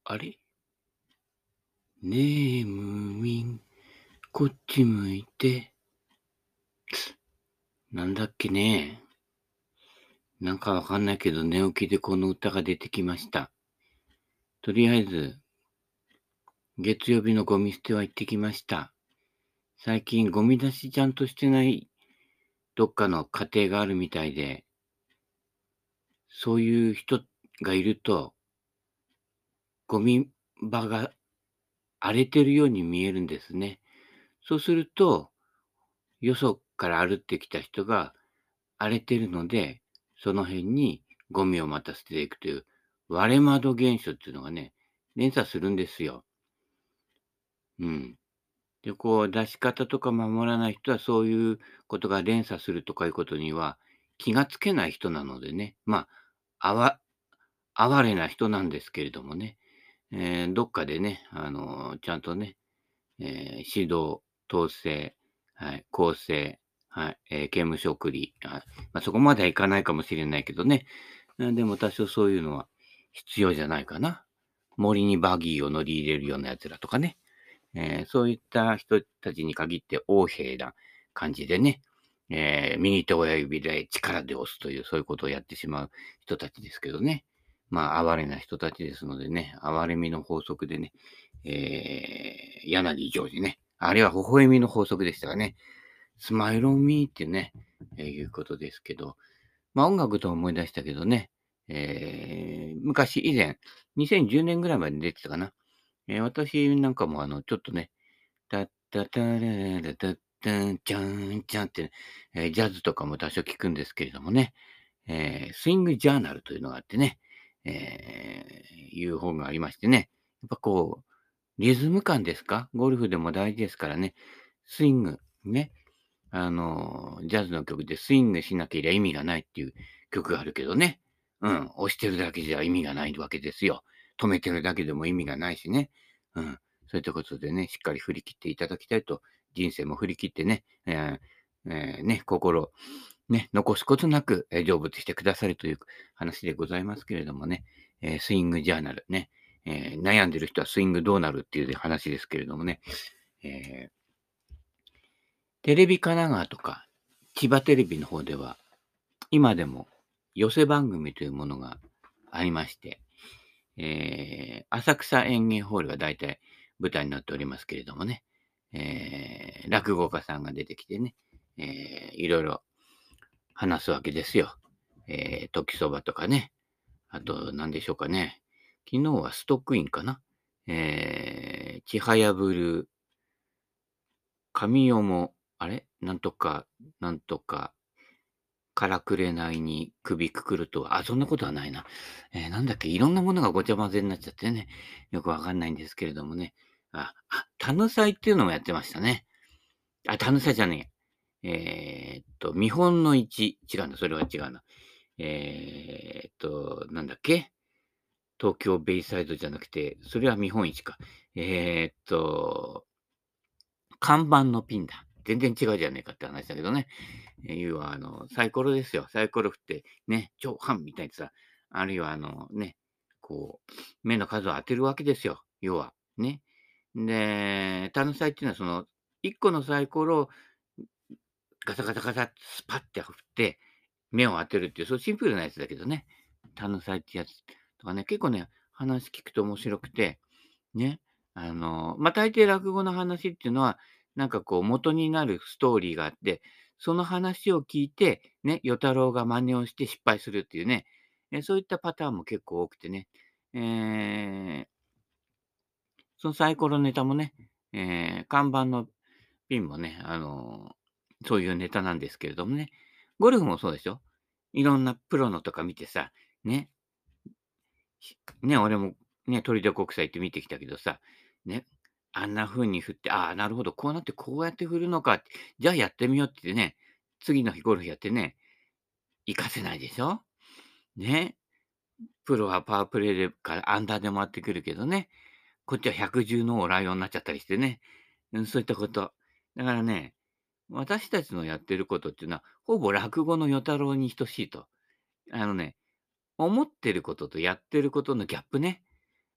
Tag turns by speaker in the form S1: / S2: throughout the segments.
S1: あれねえ、ムーミン、こっち向いて。なんだっけね。なんかわかんないけど、寝起きでこの歌が出てきました。とりあえず、月曜日のゴミ捨ては行ってきました。最近ゴミ出しちゃんとしてないどっかの家庭があるみたいで、そういう人がいると、ゴミ場が荒れてるように見えるんですね。そうすると、よそから歩ってきた人が荒れてるので、その辺にゴミをまた捨てていくという割れ窓現象っていうのがね、連鎖するんですよ。うん。で、こう出し方とか守らない人はそういうことが連鎖するとかいうことには気がつけない人なのでね、あわ哀れな人なんですけれどもね、どっかでね、ちゃんとね、指導、統制、はい、更生、はい、刑務所送り、はい、そこまではいかないかもしれないけどね、でも多少そういうのは必要じゃないかな。森にバギーを乗り入れるような奴らとかね、そういった人たちに限って横柄な感じでね、右手親指で力で押すという、そういうことをやってしまう人たちですけどね。哀れな人たちですのでね、哀れみの法則でね、柳ジョージね、あれは微笑みの法則でしたがね、スマイルオンミーってね、いうことですけど、音楽と思い出したけどね、昔以前、2010年ぐらいまで出てたかな。私なんかもちょっとね、タッタタラララタッタン、チャンチャンって、ジャズとかも多少聞くんですけれどもね、スイングジャーナルというのがあってね、いう本がありましてね、やっぱこう、リズム感ですか？ゴルフでも大事ですからね、スイング、ね、ジャズの曲でスイングしなけりゃ意味がないっていう曲があるけどね。うん、押してるだけじゃ意味がないわけですよ。止めてるだけでも意味がないしね。うん、そういったことでね、しっかり振り切っていただきたいと、人生も振り切ってね、ね、心、ね、残すことなく、成仏してくださるという話でございますけれどもね、スイングジャーナルね、悩んでる人はスイングどうなるっていう話ですけれどもね、えーテレビ神奈川とか、千葉テレビの方では、今でも寄せ番組というものがありまして、浅草演芸ホールが大体舞台になっておりますけれどもね、落語家さんが出てきてね、いろいろ話すわけですよ。時そばとかね、あと何でしょうかね。昨日はストックインかな。ちはやぶる、神代も、あれなんとか、なんとか、からくれないに首くくるとは、そんなことはないな。なんだっけ、いろんなものがごちゃ混ぜになっちゃってね、よくわかんないんですけれどもね。タヌ祭っていうのもやってましたね。タヌ祭じゃねえ。見本の市。違うんだ、それは違うな。なんだっけ、東京ベイサイドじゃなくて、それは見本市か。えーっと、看板のピンだ。全然違うじゃねえかって話だけどね。要はサイコロですよ。サイコロ振って、ね、超半みたいにさ、あるいはね、こう、目の数を当てるわけですよ。要は。ね。で、単サイっていうのは1個のサイコロをガサガサガサスパッて振って、目を当てるっていう、そうシンプルなやつだけどね。単サイってやつとかね、結構ね、話聞くと面白くて、ね。大抵落語の話っていうのは、なんかこう元になるストーリーがあって、その話を聞いて、ね、与太郎が真似をして失敗するっていうね、そういったパターンも結構多くてね、えーそのサイコロネタもね、看板のピンもね、そういうネタなんですけれどもね、ゴルフもそうでしょ。いろんなプロのとか見てさ、ね、ね、俺もね、トリデコ国際って見てきたけどさ、ね、あんな風に振って、なるほど、こうなってこうやって振るのかって、じゃあやってみようって言ってね、次の日ゴルフやってね、活かせないでしょ。ね、プロはパワープレイでからアンダーで回ってくるけどね、こっちは110のライオンになっちゃったりしてね、そういったこと。だからね、私たちのやってることっていうのは、ほぼ落語の与太郎に等しいと。あのね、思ってることとやってることのギャップね。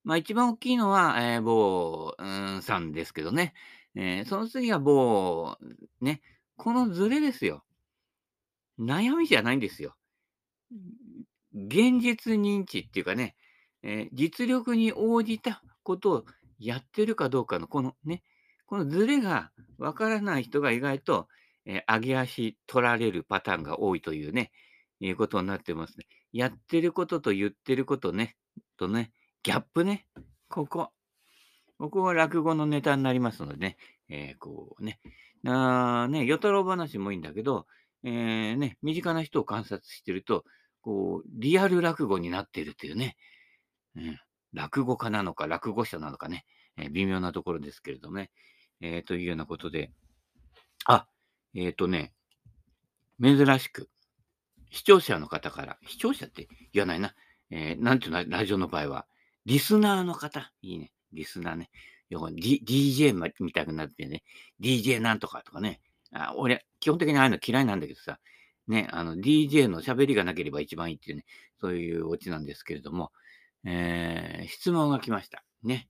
S1: 一番大きいのは、某、さんですけどね。その次は某、ね、このズレですよ。悩みじゃないんですよ。現実認知っていうかね、実力に応じたことをやってるかどうかのこのね、このズレがわからない人が意外と、上げ足取られるパターンが多いというね、いうことになってますね。やってることと言ってることね、ギャップね、ここ。ここは落語のネタになりますのでね、こうね、与太郎話もいいんだけど、身近な人を観察してると、こう、リアル落語になっているというね、うん、落語家なのか落語者なのかね、微妙なところですけれどもね、というようなことで、あ、えっとね、珍しく、視聴者の方から、視聴者って言わないな、なんていうの、ラジオの場合は、リスナーの方、いいね、リスナーね。DJ みたいになってね、DJ なんとかとかね。俺、基本的にああいうの嫌いなんだけどさ、ね、DJ の喋りがなければ一番いいっていうね、そういうオチなんですけれども、質問が来ました。ね。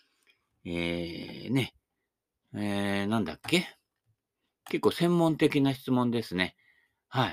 S1: ね、なんだっけ結構専門的な質問ですね。はい。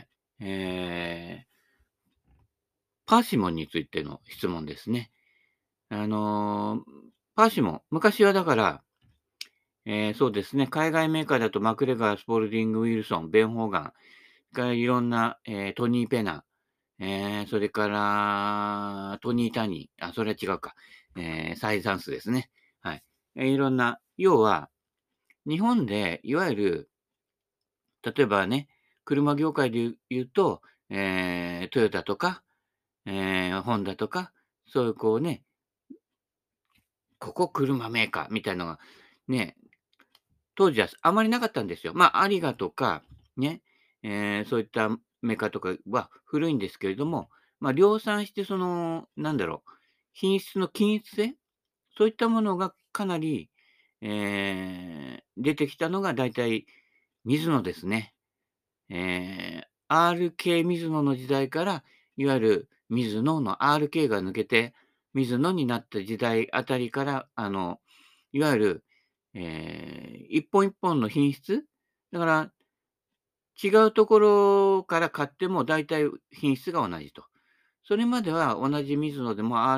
S1: パーシモンについての質問ですね。あの、パーシモン、昔はだから、そうですね、海外メーカーだとマクレガー、スポルディング・ウィルソン、ベン・ホーガン、いろんな、トニー・ペナ、それからトニー・タニー、それは違うか、サイ・ザンスですね。はい。いろんな、要は、日本でいわゆる、例えばね、車業界で言うと、トヨタとか、ホンダとか、そういうこうね、ここ車メーカーみたいのが、ね、当時はあまりなかったんですよ。アリガとか、ね、そういったメーカーとかは古いんですけれども、量産してその、なんだろう、品質の均一性、そういったものがかなり、出てきたのがだいたいミズノですね。RK ミズノの時代から、いわゆるミズノの RK が抜けて、ミズノになった時代あたりから、いわゆる、一本一本の品質だから、違うところから買っても大体品質が同じと。それまでは同じミズノでも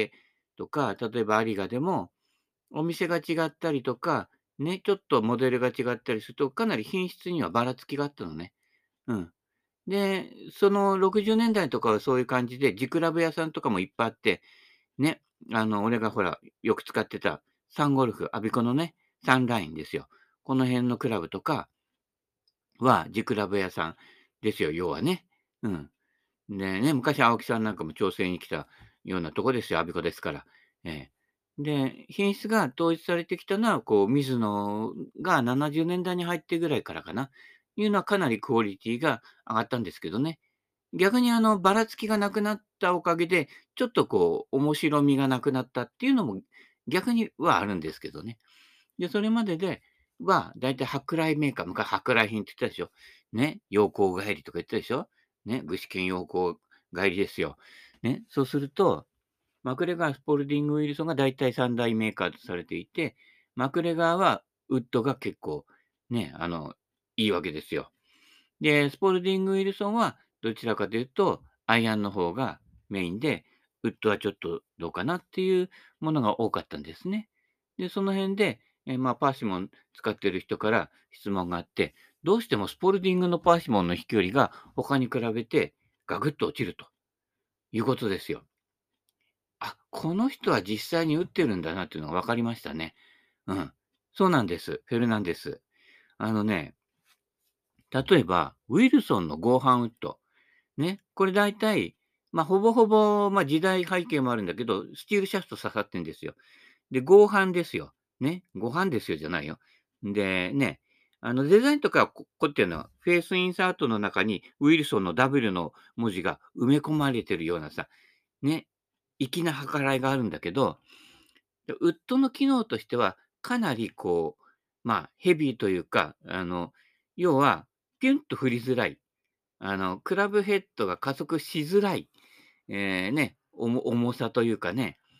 S1: RK とか、例えばアリガでも、お店が違ったりとか、ね、ちょっとモデルが違ったりすると、かなり品質にはばらつきがあったのね。うん。で、その60年代とかはそういう感じで、地クラブ屋さんとかもいっぱいあって、ね、俺がほら、よく使ってたサンゴルフ、アビコのね、サンラインですよ。この辺のクラブとかは、地クラブ屋さんですよ、要はね。うん。でね、昔青木さんなんかも調整に来たようなとこですよ、アビコですから。ええ。で、品質が統一されてきたのは、こう、ミズノが70年代に入ってぐらいからかな、いうのはかなりクオリティが上がったんですけどね。逆にばらつきがなくなったおかげで、ちょっとこう、面白みがなくなったっていうのも逆にはあるんですけどね。で、それまででだいたい舶来メーカー、昔舶来品って言ったでしょ。ね、陽光帰りとか言ったでしょ。ね、具志堅陽光帰りですよ。ね、そうすると、マクレガー、スポルディング・ウィルソンがだいたい三大メーカーとされていて、マクレガーはウッドが結構ね、いいわけですよ。で、スポルディング・ウィルソンはどちらかというと、アイアンの方がメインで、ウッドはちょっとどうかなっていうものが多かったんですね。で、その辺で、パーシモン使っている人から質問があって、どうしてもスポルディングのパーシモンの飛距離が他に比べてガクッと落ちるということですよ。この人は実際に打ってるんだなっていうのが分かりましたね。うん。そうなんです。フェルナンデス。あのね、例えば、ウィルソンの合板ウッド。ね、これ大体、ほぼほぼ、時代背景もあるんだけど、スチールシャフト刺さってんですよ。で、合板ですよ。ね、合板ですよじゃないよ。で、ね、デザインとかはこっていうのは、フェイスインサートの中にウィルソンの W の文字が埋め込まれてるようなさ、ね、粋な計らいがあるんだけど、ウッドの機能としては、かなりこう、ヘビーというか、要は、ピュンと振りづらい。クラブヘッドが加速しづらい、重さというかね、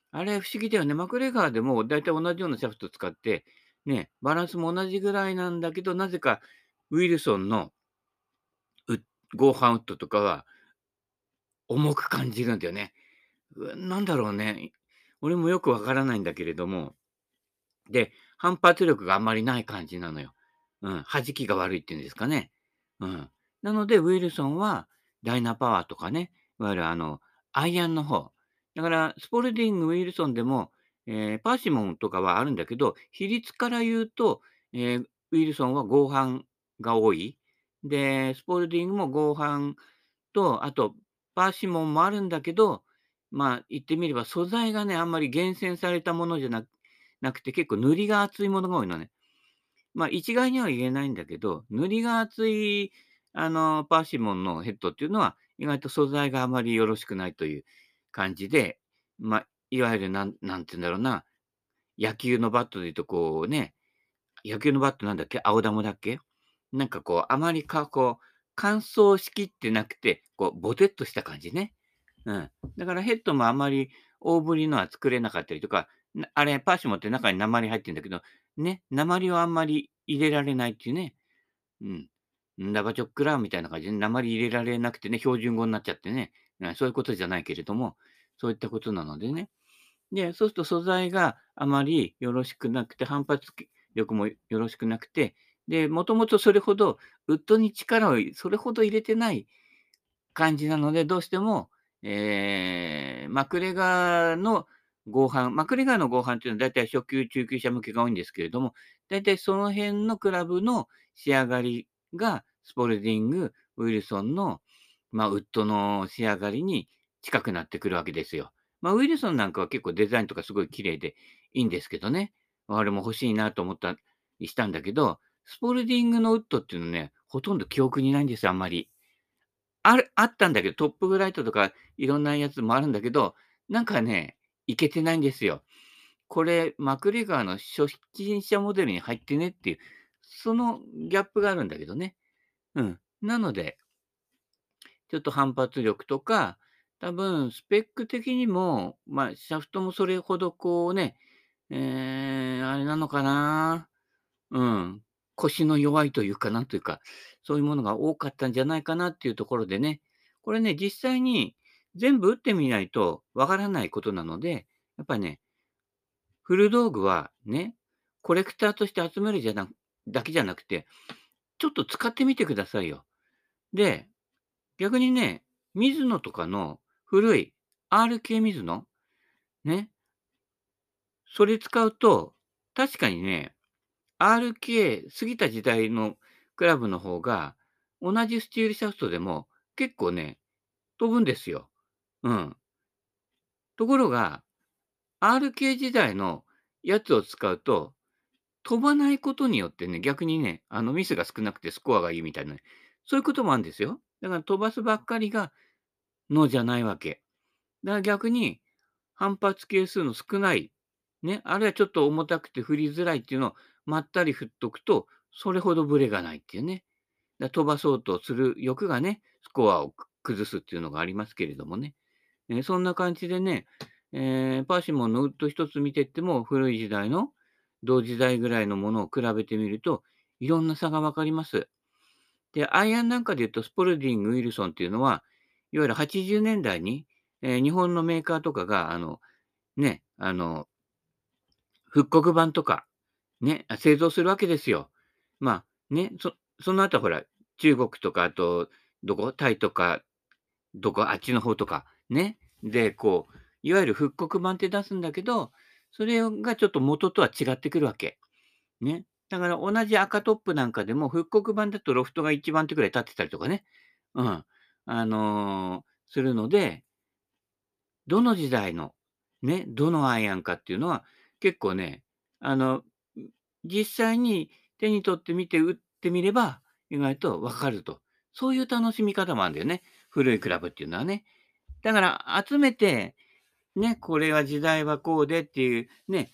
S1: あれ不思議だよね。マクレガーでもだいたい同じようなシャフト使って、ね、バランスも同じぐらいなんだけど、なぜかウィルソンのウッゴーハンウッドとかは重く感じるんだよね。なんだろうね。俺もよくわからないんだけれども、で、反発力があんまりない感じなのよ。うん、弾きが悪いっていうんですかね。うん。なので、ウィルソンはダイナパワーとかね、いわゆるアイアンの方。だから、スポルディング、ウィルソンでも、パーシモンとかはあるんだけど、比率から言うと、ウィルソンは合板が多い。で、スポルディングも合板と、あと、パーシモンもあるんだけど、まあ、言ってみれば素材がね、あんまり厳選されたものじゃなくて、結構塗りが厚いものが多いのね。まあ、一概には言えないんだけど、塗りが厚い、パーシモンのヘッドっていうのは、意外と素材があまりよろしくないという感じで、まあ、いわゆるなんて言うんだろうな、野球のバットで言うとこうね、野球のバットなんだっけ、青玉だっけ？なんかこう、あまり乾燥しきってなくて、こうボテっとした感じね。うん。だからヘッドもあまり大ぶりのは作れなかったりとか、あれ、パーシモンって中に鉛入ってんだけど、ね、鉛をあんまり入れられないっていうね。うん。ラバチョックラーみたいな感じで鉛入れられなくてね、標準語になっちゃってね、そういうことじゃないけれども、そういったことなのでね。で、そうすると素材があまりよろしくなくて、反発力もよろしくなくて、で、もともとそれほどウッドに力をそれほど入れてない感じなので、どうしても、マクレガーのマクレガーの合板っていうのはだいたい初級、中級者向けが多いんですけれども、だいたいその辺のクラブの仕上がりが、スポルディング、ウィルソンの、まあ、ウッドの仕上がりに近くなってくるわけですよ。まあ、ウィルソンなんかは結構デザインとかすごい綺麗でいいんですけどね。あれも欲しいなと思ったりしたんだけど、スポルディングのウッドっていうのね、ほとんど記憶にないんですよ、あんまり。あったんだけど、トップフライトとかいろんなやつもあるんだけど、なんかね、いけてないんですよ。これ、マクレガーの初心者モデルに入ってねっていう、そのギャップがあるんだけどね。うん。なので、ちょっと反発力とか、多分スペック的にも、まあ、シャフトもそれほどこうね、あれなのかな。うん。腰の弱いというか、なんというか、そういうものが多かったんじゃないかなっていうところでね、これね、実際に全部打ってみないとわからないことなので、やっぱりね、古道具はね、コレクターとして集めるだけじゃなくて、ちょっと使ってみてくださいよ。で、逆にね、ミズノとかの古い RK ミズノ、ね、それ使うと、確かにね、RK 過ぎた時代のクラブの方が、同じスチールシャフトでも結構ね、飛ぶんですよ。うん。ところが、RK 時代のやつを使うと、飛ばないことによってね、逆にね、ミスが少なくてスコアがいいみたいなね、そういうこともあるんですよ。だから飛ばすばっかりがのじゃないわけ。だから逆に、反発係数の少ない、ね、あるいはちょっと重たくて振りづらいっていうのをまったり振っとくと、それほどブレがないっていうね。飛ばそうとする欲がね、スコアを崩すっていうのがありますけれどもね。そんな感じでね、パーシモンのウッド一つ見てっても、古い時代の同時代ぐらいのものを比べてみると、いろんな差が分かります。で、アイアンなんかで言うと、スポルディング、ウィルソンっていうのは、いわゆる80年代に、日本のメーカーとかが、ね、復刻版とか、ね、製造するわけですよ。まあ、ね、その後はほら、中国とか、あと、タイとか、あっちの方とか、ね。で、こう、いわゆる復刻版って出すんだけど、それがちょっと元とは違ってくるわけ。ね。だから同じ赤トップなんかでも、復刻版だとロフトが1番手くらい立ってたりとかね。うん。するので、どの時代の、ね、どのアイアンかっていうのは、結構ね、あの、実際に手に取ってみて打ってみれば、意外とわかると。そういう楽しみ方もあるんだよね。古いクラブっていうのはね。だから集めて、ね、これは時代はこうでっていうね、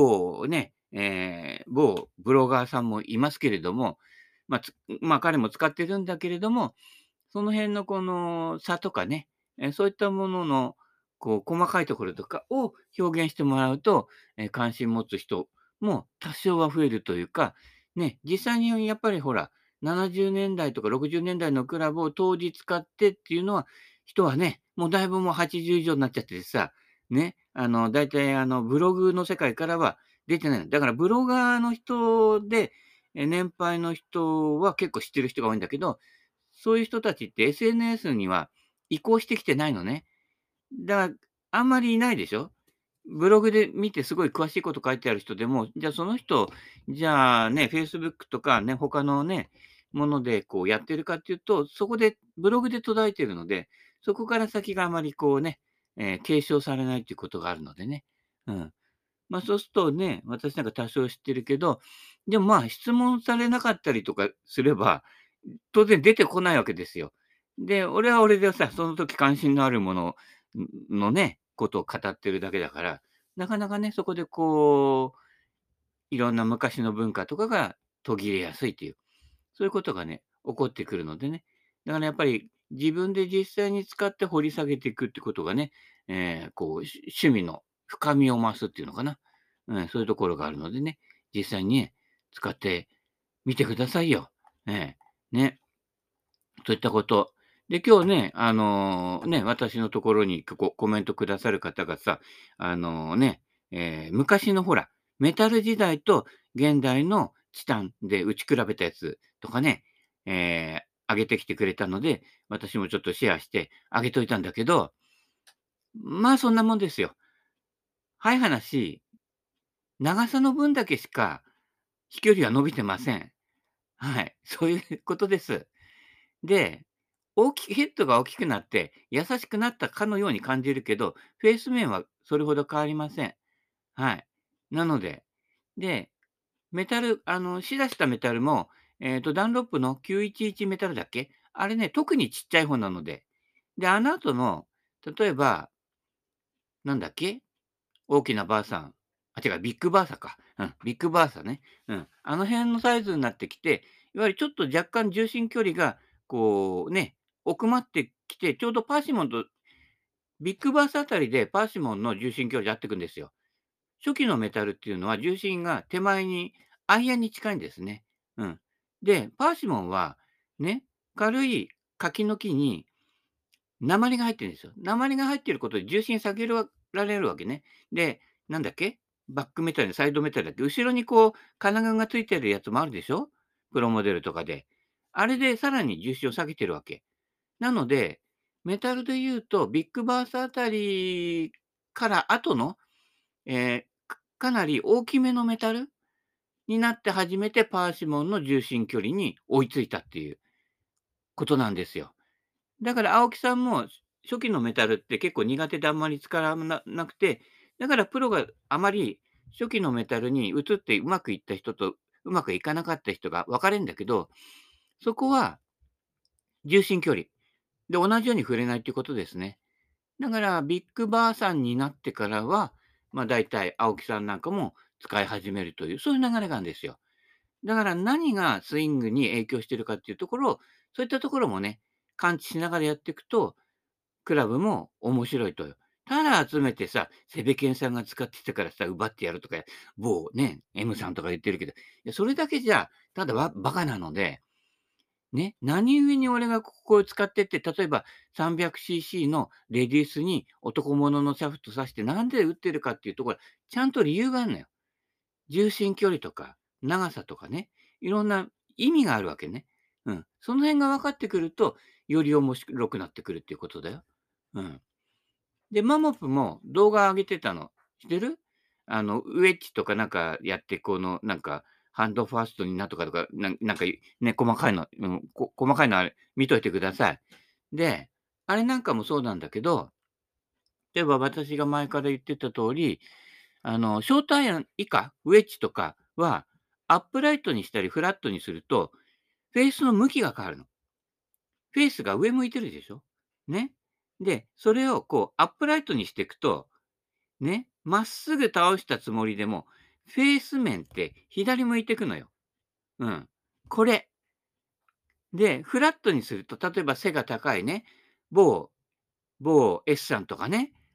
S1: 某ブロガーさんもいますけれども、まあ、彼も使ってるんだけれども、その辺のこの差とかね、そういったもののこう細かいところとかを表現してもらうと、関心持つ人も多少は増えるというか、ね、実際にやっぱりほら、70年代とか60年代のクラブを当時使ってっていうのは、人はね、もうだいぶもう80以上になっちゃっててさ、ね、だいたいブログの世界からは出てないの。だからブロガーの人で、年配の人は結構知ってる人が多いんだけど、そういう人たちって SNS には移行してきてないのね。だから、あんまりいないでしょ。ブログで見てすごい詳しいこと書いてある人でも、じゃあその人、じゃあね、Facebook とかね、他のね、ものでこうやってるかっていうと、そこでブログで途絶えてるので、そこから先があまりこうね、継承されないっていうことがあるのでね。うん。そうするとね、私なんか多少知ってるけど、でも質問されなかったりとかすれば、当然出てこないわけですよ。で、俺は俺でさ、その時関心のあるもののね、ことを語ってるだけだから、なかなかね、そこでこう、いろんな昔の文化とかが途切れやすいという、そういうことがね、起こってくるのでね。だからやっぱり自分で実際に使って掘り下げていくってことがね、こう、趣味の深みを増すっていうのかな。うん、そういうところがあるのでね、実際にね、使ってみてくださいよ。ね。そういったこと。で、今日ね、私のところにコメントくださる方がさ、あのね、昔のほら、メタル時代と現代のチタンで打ち比べたやつとかね、上げてきてくれたので、私もちょっとシェアしてあげといたんだけど、そんなもんですよ。はい話、長さの分だけしか飛距離は伸びてません。はい、そういうことです。で、ヘッドが大きくなって、優しくなったかのように感じるけど、フェイス面はそれほど変わりません。はい。なので、で、メタル、試打したメタルも、ダンロップの911メタルだっけあれね、特にちっちゃい方なので。で、あの後の、例えば、なんだっけ大きなバーサン。あ、違う、ビッグバーサか。うん、ビッグバーサね。うん。あの辺のサイズになってきて、いわゆるちょっと若干重心距離が、こうね、奥まってきて、ちょうどパーシモンとビッグバースあたりでパーシモンの重心距離で合ってくんですよ。初期のメタルっていうのは重心が手前に、アイアンに近いんですね。うん。で、パーシモンは、ね、軽い柿の木に鉛が入ってるんですよ。鉛が入っていることで重心下げられるわけね。で、なんだっけバックメタル、サイドメタルだっけ後ろにこう、金具がついてるやつもあるでしょプロモデルとかで。あれでさらに重心を下げてるわけ。なので、メタルで言うと、ビッグバースあたりから後の、かなり大きめのメタルになって初めてパーシモンの重心距離に追いついたっていうことなんですよ。だから青木さんも、初期のメタルって結構苦手であんまり使わなくて、だからプロがあまり初期のメタルに移ってうまくいった人とうまくいかなかった人が分かれるんだけど、そこは重心距離。で、同じように触れないっていうことですね。だからビッグバーさんになってからは、大体青木さんなんかも使い始めるという、そういう流れがあるんですよ。だから何がスイングに影響しているかっていうところを、そういったところもね、感知しながらやっていくと、クラブも面白いと。ただ集めてさ、セベケンさんが使ってたからさ、奪ってやるとか、某ね、M さんとか言ってるけど、いや、それだけじゃ、ただバカなので、ね、何故に俺がここを使ってって、例えば 300cc のレディースに男物のシャフト挿してなんで打ってるかっていうところ、ちゃんと理由があるのよ。重心距離とか、長さとかね、いろんな意味があるわけね。うん。その辺が分かってくると、より面白くなってくるっていうことだよ。うん。で、マモプも動画上げてたの。知ってる？ウェッジとかなんかやって、このなんか、ハンドファーストになとか、なんかね、細かいの、細かいのあれ見といてください。で、あれなんかもそうなんだけど、例えば私が前から言ってた通り、ショートアイアン以下、ウェッジとかは、アップライトにしたりフラットにすると、フェースの向きが変わるの。フェースが上向いてるでしょ？ね。で、それをこうアップライトにしていくと、ね、まっすぐ倒したつもりでも、フェース面って左向いてくのよ。うん。これ。で、フラットにすると、例えば背が高いね、某 S さんとかね、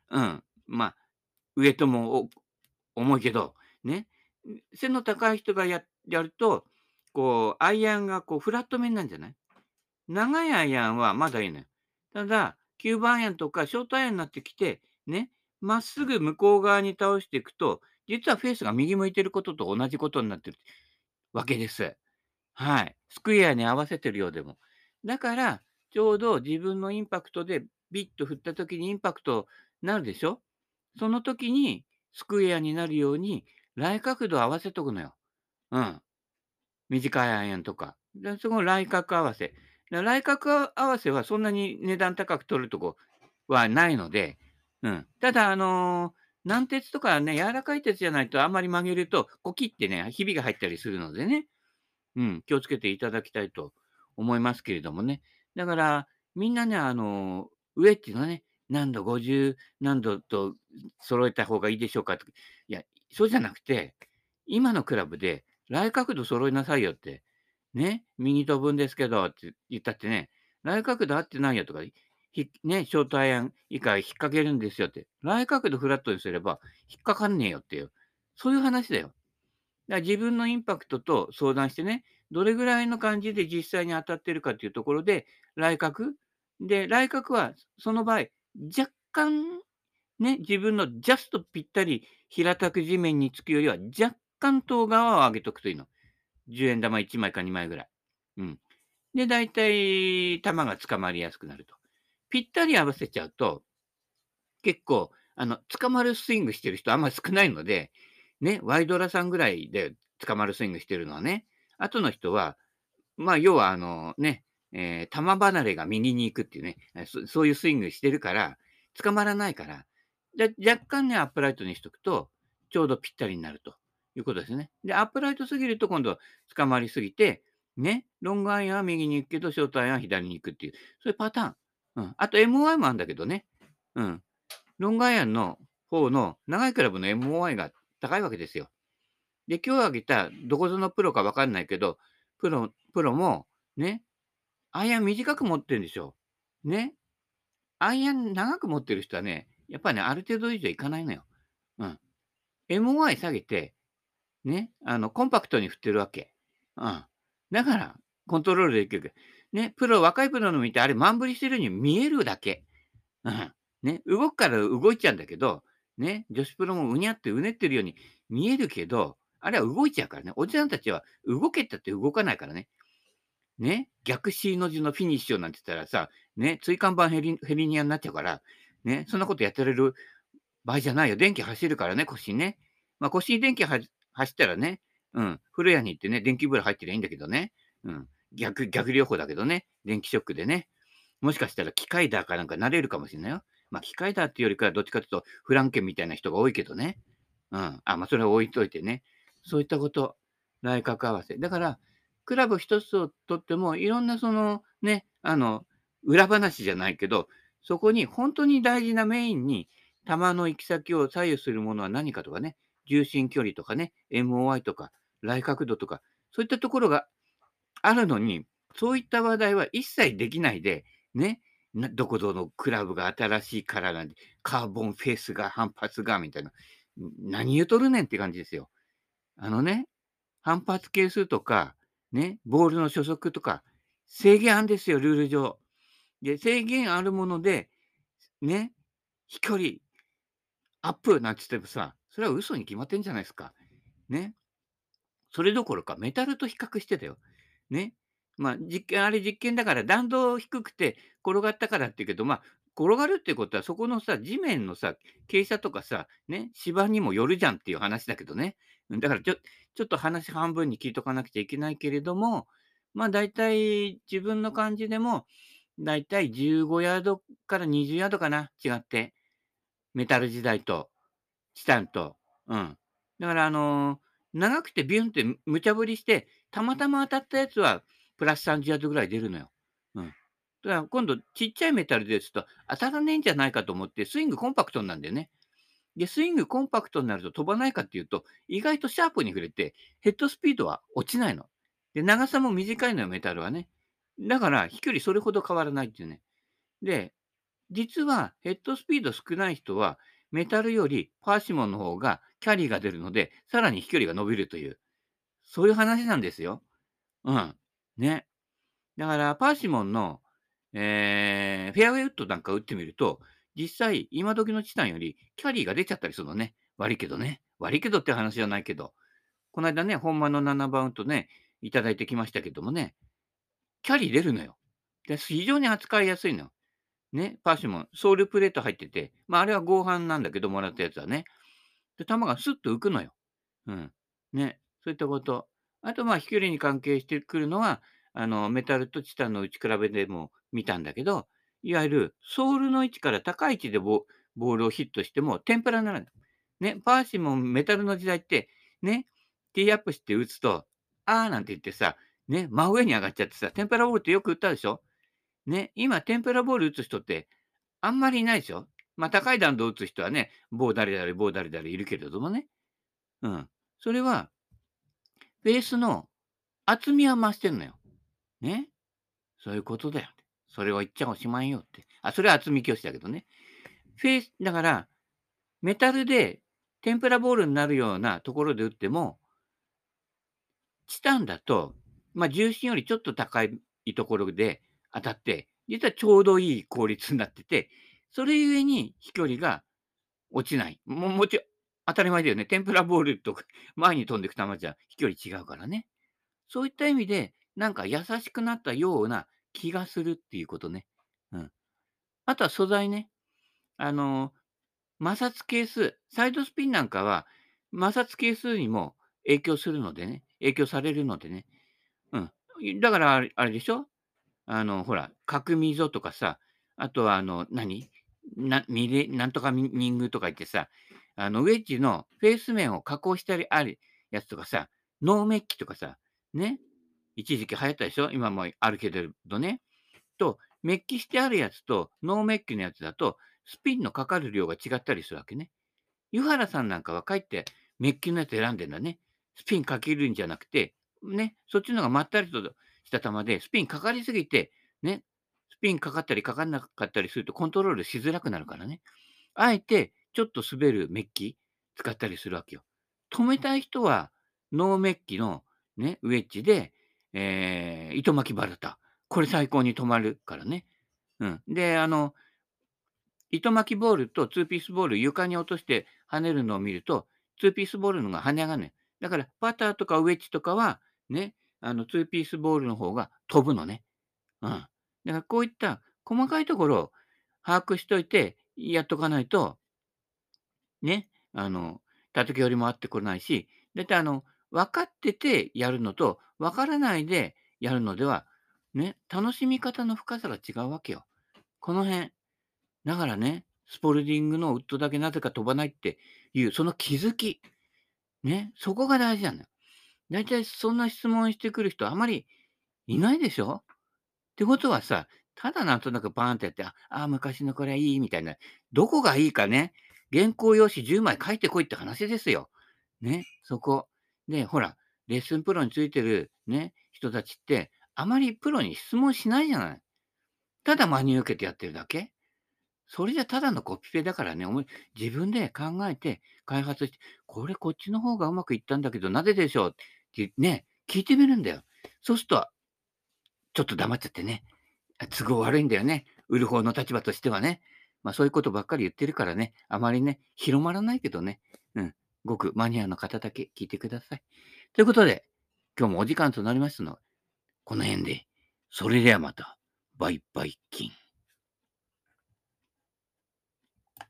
S1: うん。まあ、上とも重いけど、ね。背の高い人がやると、こう、アイアンがこうフラット面なんじゃない？長いアイアンはまだいいのよ。ただ、9番アイアンとかショートアイアンになってきて、ね、まっすぐ向こう側に倒していくと、実はフェースが右向いてることと同じことになってるわけです。はい。スクエアに合わせてるようでも。だから、ちょうど自分のインパクトでビッと振った時にインパクトなるでしょ？その時にスクエアになるように、来角度を合わせとくのよ。うん。短いアイアンとか。で、その来角合わせ。来角合わせはそんなに値段高く取るとこはないので、うん。ただ、軟鉄とかね、柔らかい鉄じゃないとあんまり曲げると、コキってね、ひびが入ったりするのでね。うん、気をつけていただきたいと思いますけれどもね。だから、みんなね、上っていうのはね、何度、50何度と揃えた方がいいでしょうかと。いや、そうじゃなくて、今のクラブで来角度揃えなさいよって。ね、右飛ぶんですけどって言ったってね、来角度合ってないよとか、ね、ショートアイアン以下引っ掛けるんですよって。来角度フラットにすれば引っかかんねえよっていう、そういう話だよ。自分のインパクトと相談してね、どれぐらいの感じで実際に当たってるかっていうところで、来角はその場合、若干ね、自分のジャストぴったり平たく地面につくよりは、若干遠側を上げとくといいの。10円玉1枚か2枚ぐらい。うん。で、だいたい球が捕まりやすくなると。ぴったり合わせちゃうと、結構、捕まるスイングしてる人あんま少ないので、ね、ワイドラさんぐらいで捕まるスイングしてるのはね、後の人は、要はね、球離れが右に行くっていうね、そういうスイングしてるから、捕まらないから、若干ね、アップライトにしとくと、ちょうどぴったりになるということですね。で、アップライトすぎると今度捕まりすぎて、ね、ロングアイアンは右に行くけど、ショートアイアンは左に行くっていう、そういうパターン。うん。あと MOI もあるんだけどね。うん。ロングアイアンの方の長いクラブの MOI が高いわけですよ。で、今日挙げたどこぞのプロかわかんないけど、プロもね、アイアン短く持ってるんですよ。ね。アイアン長く持ってる人はね、やっぱりね、ある程度以上いかないのよ。うん。MOI 下げて、ね、コンパクトに振ってるわけ。うん。だから、コントロールできる。ね、若いプロの見て、あれ、満振りしてるように見えるだけ。うん。ね、動くから動いちゃうんだけど、ね、女子プロもうにゃってうねってるように見えるけど、あれは動いちゃうからね。おじさんたちは動けったって動かないからね。ね、逆 C の字のフィニッシュなんて言ったらさ、ね、椎間板ヘルニアになっちゃうから、ね、そんなことやってられる場合じゃないよ。電気走るからね、腰にね。腰に電気走ったらね、うん、風呂屋に行ってね、電気風呂入ってりゃいいんだけどね。うん、逆療法だけどね、電気ショックでね。もしかしたら機械だかなんかなれるかもしれないよ。機械だっていうよりかはどっちかというとフランケンみたいな人が多いけどね。うん。それは置いといてね。そういったこと、内角合わせ。だから、クラブ一つをとっても、いろんなその、ね、裏話じゃないけど、そこに本当に大事なメインに、球の行き先を左右するものは何かとかね、重心距離とかね、MOI とか、来角度とか、そういったところがあるのに、そういった話題は一切できないで、ね、どこぞのクラブが新しいからなんで、カーボンフェースが反発がみたいな、何言うとるねんって感じですよ。あのね、反発係数とか、ね、ボールの初速とか、制限あるんですよ、ルール上。で、制限あるもので、ね、飛距離アップなんて言ってもさ、それは嘘に決まってんじゃないですか。ね。それどころかメタルと比較してたよ。ね。実験だから弾道低くて転がったからって言うけど、転がるってことはそこのさ、地面のさ、傾斜とかさ、ね、芝にもよるじゃんっていう話だけどね。だからちょっと話半分に聞いとかなくちゃいけないけれども、だいたい自分の感じでも、だいたい15ヤードから20ヤードかな、違って。メタル時代と。チタンと。うん。だから長くてビュンって無茶ぶりして、たまたま当たったやつはプラス30ヤードぐらい出るのよ。うん。だから今度ちっちゃいメタルですと、当たらねえんじゃないかと思って、スイングコンパクトになんだよね。で、スイングコンパクトになると飛ばないかっていうと、意外とシャープに触れて、ヘッドスピードは落ちないの。で、長さも短いのよ、メタルはね。だから飛距離それほど変わらないっていうね。で、 実はヘッドスピード少ない人は、メタルよりパーシモンの方がキャリーが出るので、さらに飛距離が伸びるという、そういう話なんですよ。うん。ね。だからパーシモンの、フェアウェイウッドなんか打ってみると、実際今時のチタンよりキャリーが出ちゃったりするのね。悪いけどね。悪いけどって話じゃないけど。この間ね、本間の7番ウッドね、いただいてきましたけどもね、キャリー出るのよ。で、非常に扱いやすいのよ。ね、パーシモン、ソールプレート入ってて、まあ、あれは合板なんだけど、もらったやつはね。で、球がスッと浮くのよ。うん。ね、そういったこと。あと、まあ、飛距離に関係してくるのは、メタルとチタンの打ち比べでも見たんだけど、いわゆるソールの位置から高い位置でボールをヒットしても天ぷらにならない。ね、パーシモン、メタルの時代って、ね、ティーアップして打つと、あーなんて言ってさ、ね、真上に上がっちゃってさ、天ぷらボールってよく打ったでしょ。ね、今天ぷらボール打つ人ってあんまりいないですよ。まあ、高い弾道を打つ人はね、某誰々いるけれどもね。うん。それは、ベースの厚みは増してんのよ。ね。そういうことだよ。それを言っちゃおしまいよって。あ、それは厚み教師だけどね。だから、メタルで天ぷらボールになるようなところで打っても、チタンだと、まあ、重心よりちょっと高いところで当たって、実はちょうどいい効率になってて、それゆえに飛距離が落ちない。当たり前だよね。天ぷらボールとか前に飛んでいく球じゃ飛距離違うからね。そういった意味で、なんか優しくなったような気がするっていうことね。うん。あとは素材ね。あの、摩擦係数、サイドスピンなんかは、摩擦係数にも影響されるのでね。うん。だからあれでしょ、ほら、角溝とかさ、あとはなんとかニングとか言ってさ、ウェッジのフェース面を加工したりあるやつとかさ、ノーメッキとかさ、ね、一時期流行ったでしょ、今もあるけれどね。メッキしてあるやつとノーメッキのやつだと、スピンのかかる量が違ったりするわけね。湯原さんなんかはかえってメッキのやつ選んでんだね。スピンかけるんじゃなくて、ね、そっちのがまったりとした球で、スピンかかりすぎて、ね、スピンかかったりかかんなかったりするとコントロールしづらくなるからね。あえてちょっと滑るメッキ使ったりするわけよ。止めたい人はノーメッキのね、ウェッジで、糸巻きバラタ。これ最高に止まるからね。うん。で、糸巻きボールとツーピースボール床に落として跳ねるのを見ると、ツーピースボールのが跳ね上がんない。だからパターとかウェッジとかは、ね、ツーピースボールの方が飛ぶのね。うん。だからこういった細かいところを把握しといてやっとかないと、ね、叩き寄りもあってこないし、だいたい分かっててやるのと、分からないでやるのでは、ね、楽しみ方の深さが違うわけよ。この辺。だからね、スポルディングのウッドだけなぜか飛ばないっていう、その気づき。ね、そこが大事なのよ。だいたいそんな質問してくる人あまりいないでしょ？ってことはさ、ただなんとなくバーンってやって、昔のこれはいいみたいな、どこがいいかね、原稿用紙10枚書いてこいって話ですよ。ね、そこ。で、ほら、レッスンプロについてるね、人たちって、あまりプロに質問しないじゃない。ただ真に受けてやってるだけ。それじゃただのコピペだからね、自分で考えて開発して、こっちの方がうまくいったんだけど、なぜでしょうってね、聞いてみるんだよ。そうすると、ちょっと黙っちゃってね、都合悪いんだよね。売る方の立場としてはね。ま、そういうことばっかり言ってるからね、あまりね、広まらないけどね。うん。ごくマニアの方だけ聞いてください。ということで、今日もお時間となりましたのこの辺で。それではまた。バイバイキン。